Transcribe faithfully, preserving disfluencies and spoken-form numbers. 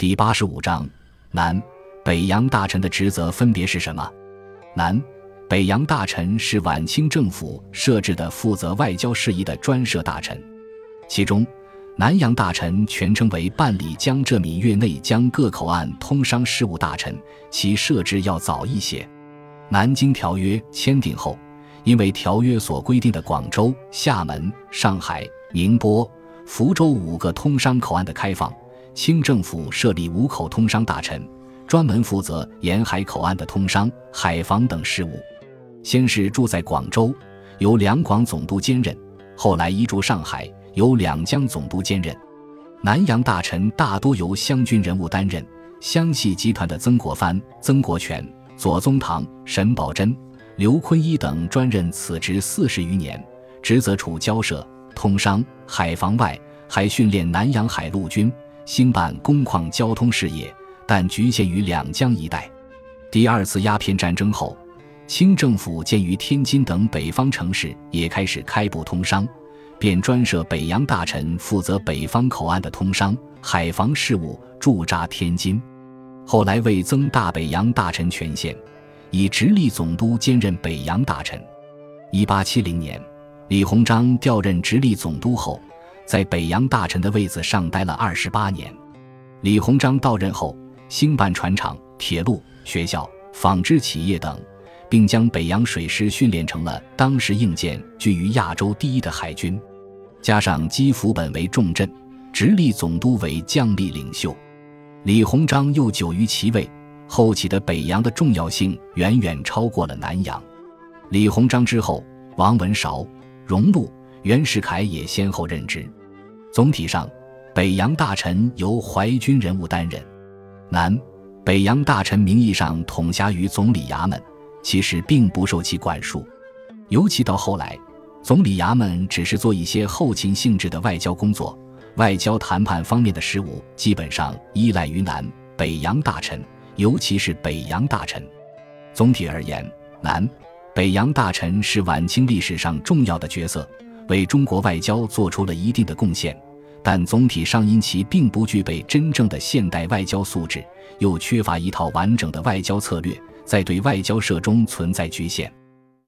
第八十五章，南北洋大臣的职责分别是什么？南北洋大臣是晚清政府设置的负责外交事宜的专设大臣，其中南洋大臣全称为办理江浙闽粤内江各口岸通商事务大臣，其设置要早一些。南京条约签订后，因为条约所规定的广州、厦门、上海、宁波、福州五个通商口岸的开放，清政府设立五口通商大臣，专门负责沿海口岸的通商、海防等事务。先是驻在广州，由两广总督兼任，后来移驻上海，由两江总督兼任。南洋大臣大多由湘军人物担任，湘系集团的曾国藩、曾国荃、左宗棠、沈葆桢、刘坤一等专任此职四十余年，职责除交涉、通商、海防外，还训练南洋海陆军，兴办工矿交通事业，但局限于两江一带。第二次鸦片战争后，清政府鉴于天津等北方城市也开始开埠通商，便专设北洋大臣负责北方口岸的通商、海防事务，驻扎天津。后来为增大北洋大臣权限，以直隶总督兼任北洋大臣。一八七零年，李鸿章调任直隶总督后，在北洋大臣的位子上待了二十八年。李鸿章到任后，兴办船厂、铁路、学校、纺织企业等，并将北洋水师训练成了当时硬件居于亚洲第一的海军。加上基辅本为重镇，直隶总督为将领领袖，李鸿章又久于其位，后起的北洋的重要性远远超过了南洋。李鸿章之后，王文韶、荣禄、袁世凯也先后任职。总体上，北洋大臣由淮军人物担任。南北洋大臣名义上统辖于总理衙门，其实并不受其管束。尤其到后来，总理衙门只是做一些后勤性质的外交工作，外交谈判方面的事务基本上依赖于南北洋大臣，尤其是北洋大臣。总体而言，南北洋大臣是晚清历史上重要的角色，为中国外交做出了一定的贡献，但总体上因其并不具备真正的现代外交素质，又缺乏一套完整的外交策略，在对外交涉中存在局限。